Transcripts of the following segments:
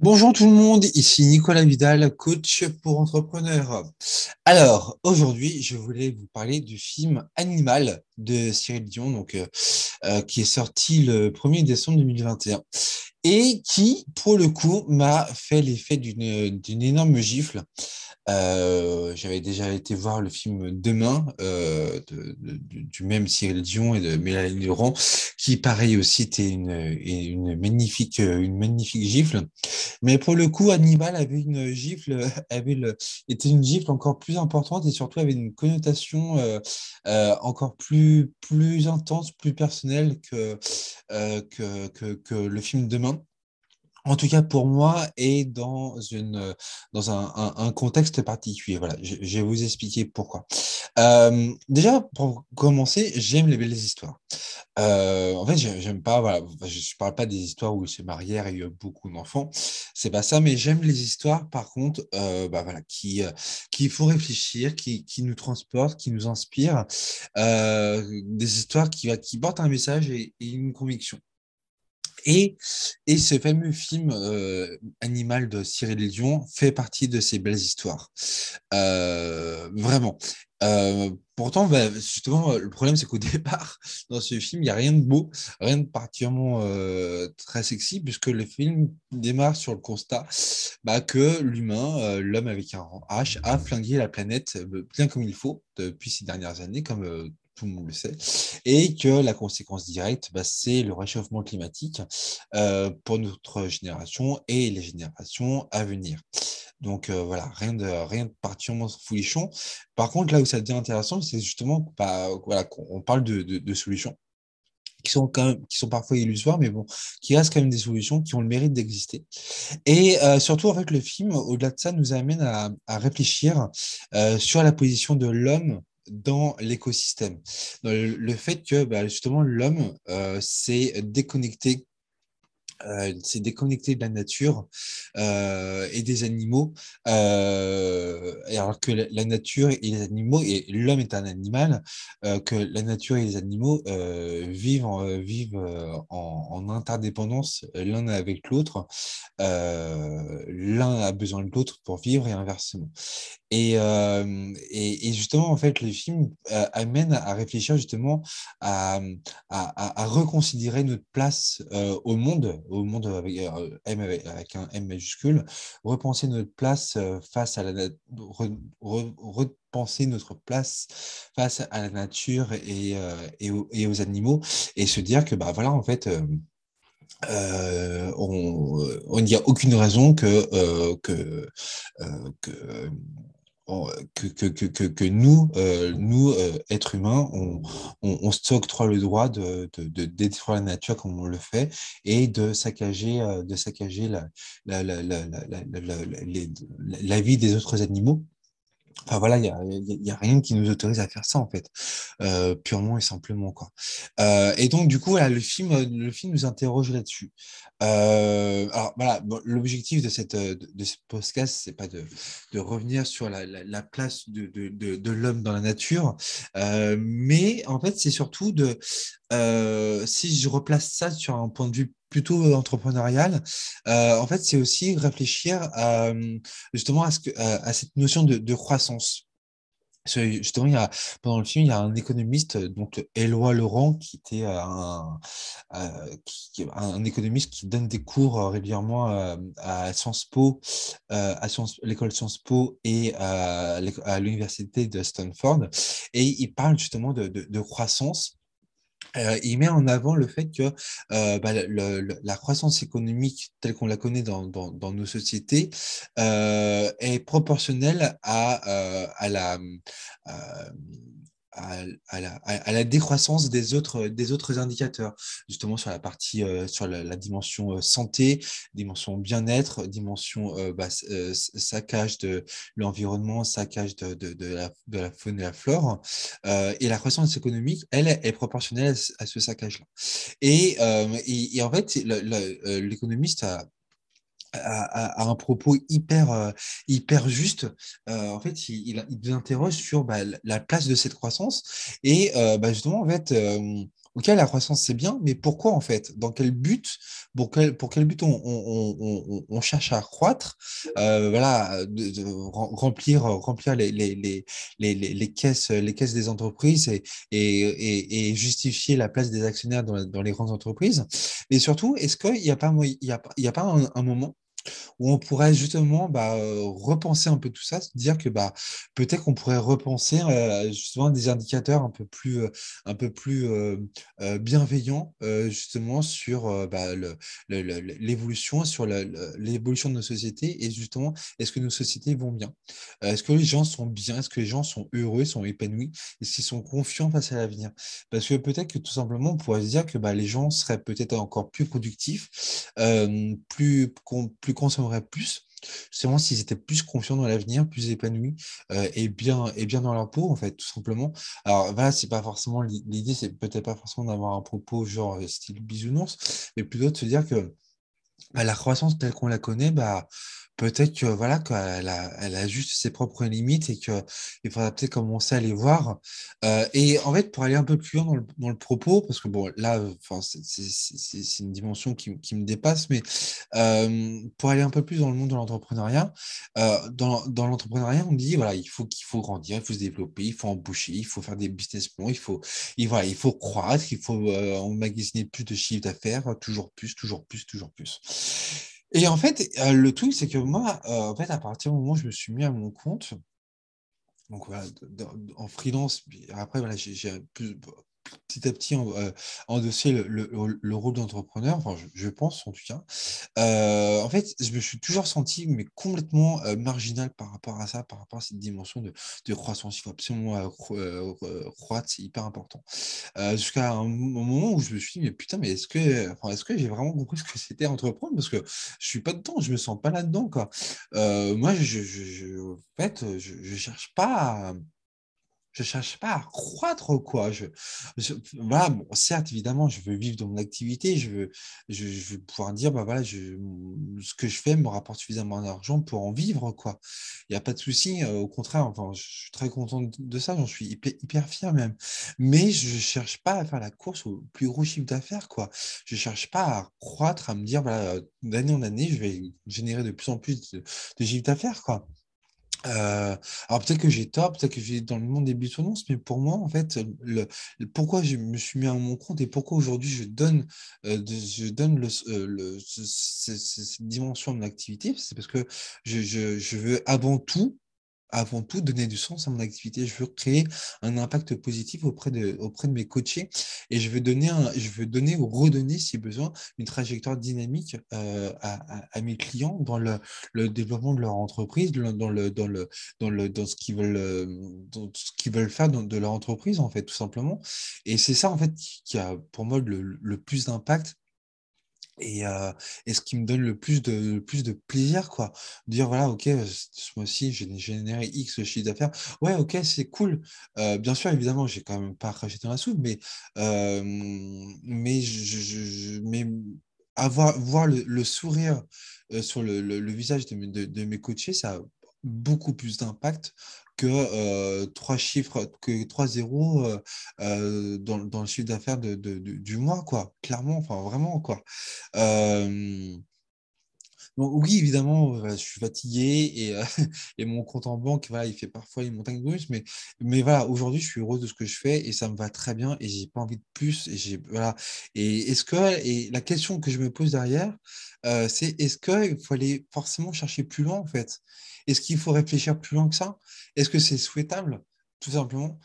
Bonjour tout le monde, ici Nicolas Vidal, coach pour entrepreneurs. Alors, aujourd'hui, je voulais vous parler du film Animal de Cyril Dion, qui est sorti le 1er décembre 2021 et qui, pour le coup, m'a fait l'effet d'une énorme gifle. J'avais déjà été voir le film Demain du même Cyril Dion et de Mélanie Laurent, qui pareil aussi était une magnifique gifle. Mais pour le coup, Hannibal avait une gifle, était une gifle encore plus importante et surtout avait une connotation encore plus intense, plus personnelle que le film Demain. En tout cas, pour moi, et dans un contexte particulier. Voilà, je vais vous expliquer pourquoi. Déjà, pour commencer, j'aime les belles histoires. En fait, j'aime pas, voilà, enfin, je parle pas des histoires où il se marièrent et il y a beaucoup d'enfants, c'est pas ça, mais j'aime les histoires, par contre, voilà, qui font réfléchir, qui nous transportent, qui nous inspirent, des histoires qui portent un message et une conviction. Et, et ce fameux film Animal de Cyril Dion fait partie de ces belles histoires. Vraiment. Pourtant, bah, justement, le problème, c'est qu'au départ, dans ce film, il n'y a rien de beau, rien de particulièrement très sexy, puisque le film démarre sur le constat que l'humain, l'homme avec un grand H, a flingué la planète bien comme il faut depuis ces dernières années, comme tout le monde le sait, et que la conséquence directe, c'est le réchauffement climatique pour notre génération et les générations à venir. Donc voilà, rien de particulièrement folichon. Par contre, là où ça devient intéressant, c'est justement voilà, qu'on parle de solutions qui sont parfois illusoires, mais bon, qui restent quand même des solutions qui ont le mérite d'exister. Et surtout, en fait, le film, au-delà de ça, nous amène à réfléchir sur la position de l'homme dans l'écosystème. Dans le fait que justement l'homme s'est déconnecté de la nature et des animaux, et alors que la nature et les animaux, et l'homme est un animal, que la nature et les animaux vivent en interdépendance l'un avec l'autre. L'un a besoin de l'autre pour vivre et inversement. Et justement, en fait, le film amène à réfléchir justement à, à reconsidérer notre place au monde avec, avec un M majuscule, repenser notre place face à repenser notre place face à la nature et aux animaux, et se dire que, voilà, en fait, on n'y a aucune raison que que nous êtres humains, on s'octroie le droit de détruire la nature comme on le fait et de saccager la vie des autres animaux. Enfin voilà, il y a rien qui nous autorise à faire ça en fait, purement et simplement quoi. Et donc du coup voilà, le film nous interroge là-dessus. Alors voilà, bon, l'objectif de de ce podcast, c'est pas de revenir sur la place de l'homme dans la nature, mais en fait c'est surtout si je replace ça sur un point de vue plutôt entrepreneurial, en fait c'est aussi réfléchir justement à cette notion de croissance. Justement, pendant le film, il y a un économiste, donc Éloi Laurent, qui était un économiste qui donne des cours régulièrement à Sciences Po, l'école Sciences Po et à l'université de Stanford. Et il parle justement de croissance. Il met en avant le fait que la croissance économique telle qu'on la connaît dans nos sociétés est proportionnelle à euh, à la décroissance des autres indicateurs, justement sur la partie, sur la dimension santé, dimension bien-être, dimension saccage de l'environnement, saccage de la faune et la flore. Et la croissance économique, elle, est proportionnelle à ce saccage-là. Et en fait, l'économiste a un propos hyper juste. En fait, il nous interroge sur la place de cette croissance et justement, en fait, ok, la croissance, c'est bien, mais pourquoi en fait? Dans quel but? Pour quel but on cherche à croître? Voilà, remplir les caisses des entreprises et justifier la place des actionnaires dans les grandes entreprises. Et surtout, est-ce qu'il n'y a pas, il y a pas un moment où on pourrait justement repenser un peu tout ça, se dire que peut-être qu'on pourrait repenser justement des indicateurs un peu plus bienveillants justement sur l'évolution, sur l'évolution de nos sociétés et justement, est-ce que nos sociétés vont bien? Est-ce que les gens sont bien? Est-ce que les gens sont heureux, sont épanouis? Est-ce qu'ils sont confiants face à l'avenir? Parce que peut-être que tout simplement, on pourrait se dire que les gens seraient peut-être encore plus productifs, plus consommeraient plus, justement s'ils étaient plus confiants dans l'avenir, plus épanouis et bien dans leur peau, en fait, tout simplement. Alors voilà, c'est pas forcément l'idée, c'est peut-être pas forcément d'avoir un propos genre style bisounours, mais plutôt de se dire que la croissance telle qu'on la connaît, peut-être que voilà elle a juste ses propres limites et que il faudra peut-être commencer à les voir. Et en fait, pour aller un peu plus loin dans le propos, parce que bon là, enfin c'est une dimension qui me dépasse, mais pour aller un peu plus dans le monde de l'entrepreneuriat, dans l'entrepreneuriat, on dit voilà, qu'il faut grandir, il faut se développer, il faut embaucher, il faut faire des business plans, voilà, il faut croître, il faut emmagasiner plus de chiffre d'affaires, toujours plus, toujours plus, toujours plus. Et en fait, le truc, c'est que moi, en fait, à partir du moment où je me suis mis à mon compte, donc voilà, en freelance, puis après, voilà, j'ai un peu, petit à petit endossé le rôle d'entrepreneur, enfin, je pense en tout cas. En fait, je me suis toujours senti mais complètement marginal par rapport à ça, par rapport à cette dimension de croissance. Il faut absolument croître, c'est hyper important. Jusqu'à un moment où je me suis dit, mais putain, mais est-ce que j'ai vraiment compris ce que c'était entreprendre? Parce que je suis pas dedans, je me sens pas là-dedans, quoi. Moi, en fait, je cherche pas à croître, quoi. Voilà, bon, certes, évidemment, je veux vivre de mon activité, je veux pouvoir dire, voilà, ce que je fais me rapporte suffisamment d'argent pour en vivre, quoi. Il n'y a pas de souci, au contraire, enfin, je suis très content de ça, j'en suis hyper fier même. Mais je cherche pas à faire la course au plus gros chiffre d'affaires, quoi. Je cherche pas à croître, à me dire, voilà, d'année en année, je vais générer de plus en plus de chiffre d'affaires, quoi. Alors peut-être que j'ai tort, peut-être que j'ai dans le monde des bisounours, mais pour moi, en fait, pourquoi je me suis mis à mon compte et pourquoi aujourd'hui je donne cette dimension de mon activité, c'est parce que je veux avant tout donner du sens à mon activité. Je veux créer un impact positif auprès de mes coachés et je veux donner ou redonner, si besoin, une trajectoire dynamique à mes clients dans le développement de leur entreprise, dans ce qu'ils veulent, dans ce qu'ils veulent faire de leur entreprise, en fait, tout simplement. Et c'est ça, en fait, qui a pour moi le plus d'impact et ce qui me donne le plus de plaisir, quoi. Dire, voilà, ok, ce mois-ci, j'ai généré X chiffre d'affaires. Ouais, ok, c'est cool. Bien sûr, évidemment, j'ai quand même pas craché dans la soupe, euh, mais, mais voir le sourire sur le visage de mes coachés, ça a beaucoup plus d'impact que trois zéros dans le chiffre d'affaires du mois, quoi. Clairement, enfin, vraiment, quoi. Euh, donc oui, évidemment, je suis fatigué et mon compte en banque, voilà, il fait parfois une montagne russe, mais voilà, aujourd'hui, je suis heureux de ce que je fais et ça me va très bien et j'ai pas envie de plus. Voilà. Et la question que je me pose derrière, c'est est-ce qu'il faut aller forcément chercher plus loin, en fait? Est-ce qu'il faut réfléchir plus loin que ça? Est-ce que c'est souhaitable? Tout simplement.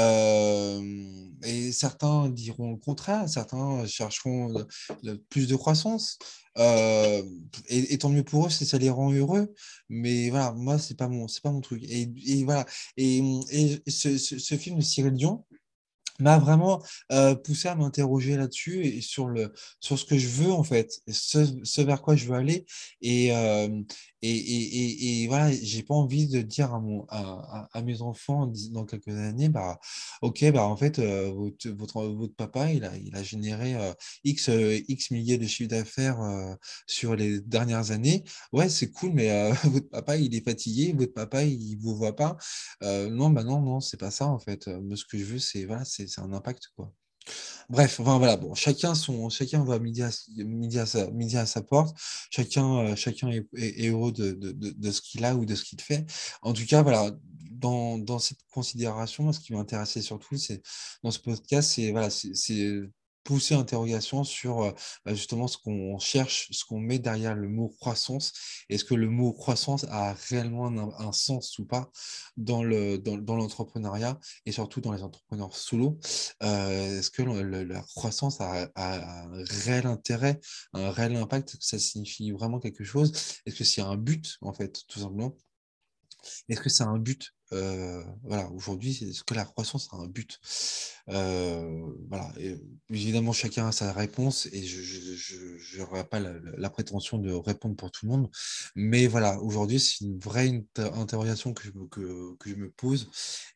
Et certains diront le contraire, certains chercheront plus de croissance. Euh, et tant mieux pour eux si ça les rend heureux. Mais voilà, moi, c'est pas mon truc. Et voilà. Et ce film de Cyril Dion, m'a vraiment poussé à m'interroger là-dessus et sur ce que je veux en fait, et ce vers quoi je veux aller. Et, euh, et voilà, j'ai pas envie de dire à mes enfants dans quelques années, ok, en fait, votre papa, il a généré X milliers de chiffres d'affaires sur les dernières années. Ouais, c'est cool, mais votre papa, il est fatigué, votre papa, il vous voit pas. Non, non, c'est pas ça en fait. Moi, ce que je veux, c'est voilà, c'est un impact, quoi. Bref, enfin voilà, bon, chacun va midi à sa porte, chacun est heureux de ce qu'il a ou de ce qu'il fait. En tout cas, voilà, dans cette considération, moi, ce qui m'intéressait surtout, c'est dans ce podcast, c'est voilà, c'est pousser l'interrogation sur justement ce qu'on cherche, ce qu'on met derrière le mot croissance. Est-ce que le mot croissance a réellement un sens ou pas dans l'entrepreneuriat et surtout dans les entrepreneurs solo? Est-ce que la croissance a un réel intérêt, un réel impact? Ça signifie vraiment quelque chose? Est-ce que c'est un but, en fait, tout simplement? Est-ce que c'est un but? Voilà, aujourd'hui, est-ce que la croissance a un but? Voilà. Évidemment, chacun a sa réponse et je n'aurai pas la prétention de répondre pour tout le monde. Mais voilà, aujourd'hui, c'est une vraie interrogation que je me pose.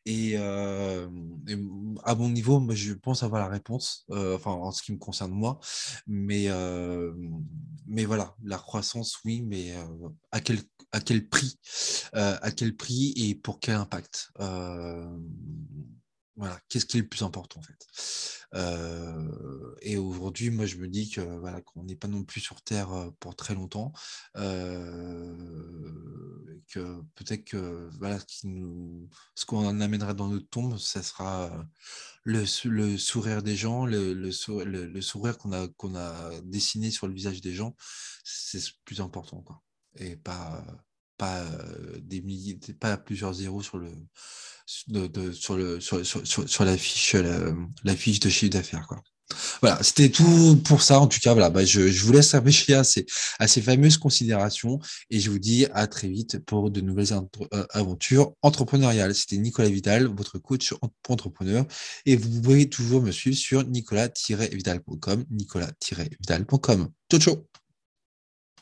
Et à mon niveau, moi, je pense avoir la réponse, enfin, en ce qui me concerne moi. Mais, euh, mais voilà, la croissance, oui, mais à quel prix? À quel prix et pour quel impact? Voilà, qu'est-ce qui est le plus important en fait? Et aujourd'hui, moi, je me dis que voilà, qu'on n'est pas non plus sur Terre pour très longtemps, et que peut-être que voilà, ce qu'on en amènera dans notre tombe, ça sera le sourire des gens, le sourire qu'on a dessiné sur le visage des gens, c'est le plus important, quoi. Et pas des milliers, pas plusieurs zéros sur sur la fiche, la fiche de chiffre d'affaires, quoi. Voilà, c'était tout pour ça. En tout cas, voilà, bah, je vous laisse réfléchir à ces fameuses considérations et je vous dis à très vite pour de nouvelles aventures entrepreneuriales. C'était Nicolas Vidal, votre coach pour entrepreneur et vous pouvez toujours me suivre sur nicolas-vidal.com, nicolas-vidal.com. Ciao, ciao!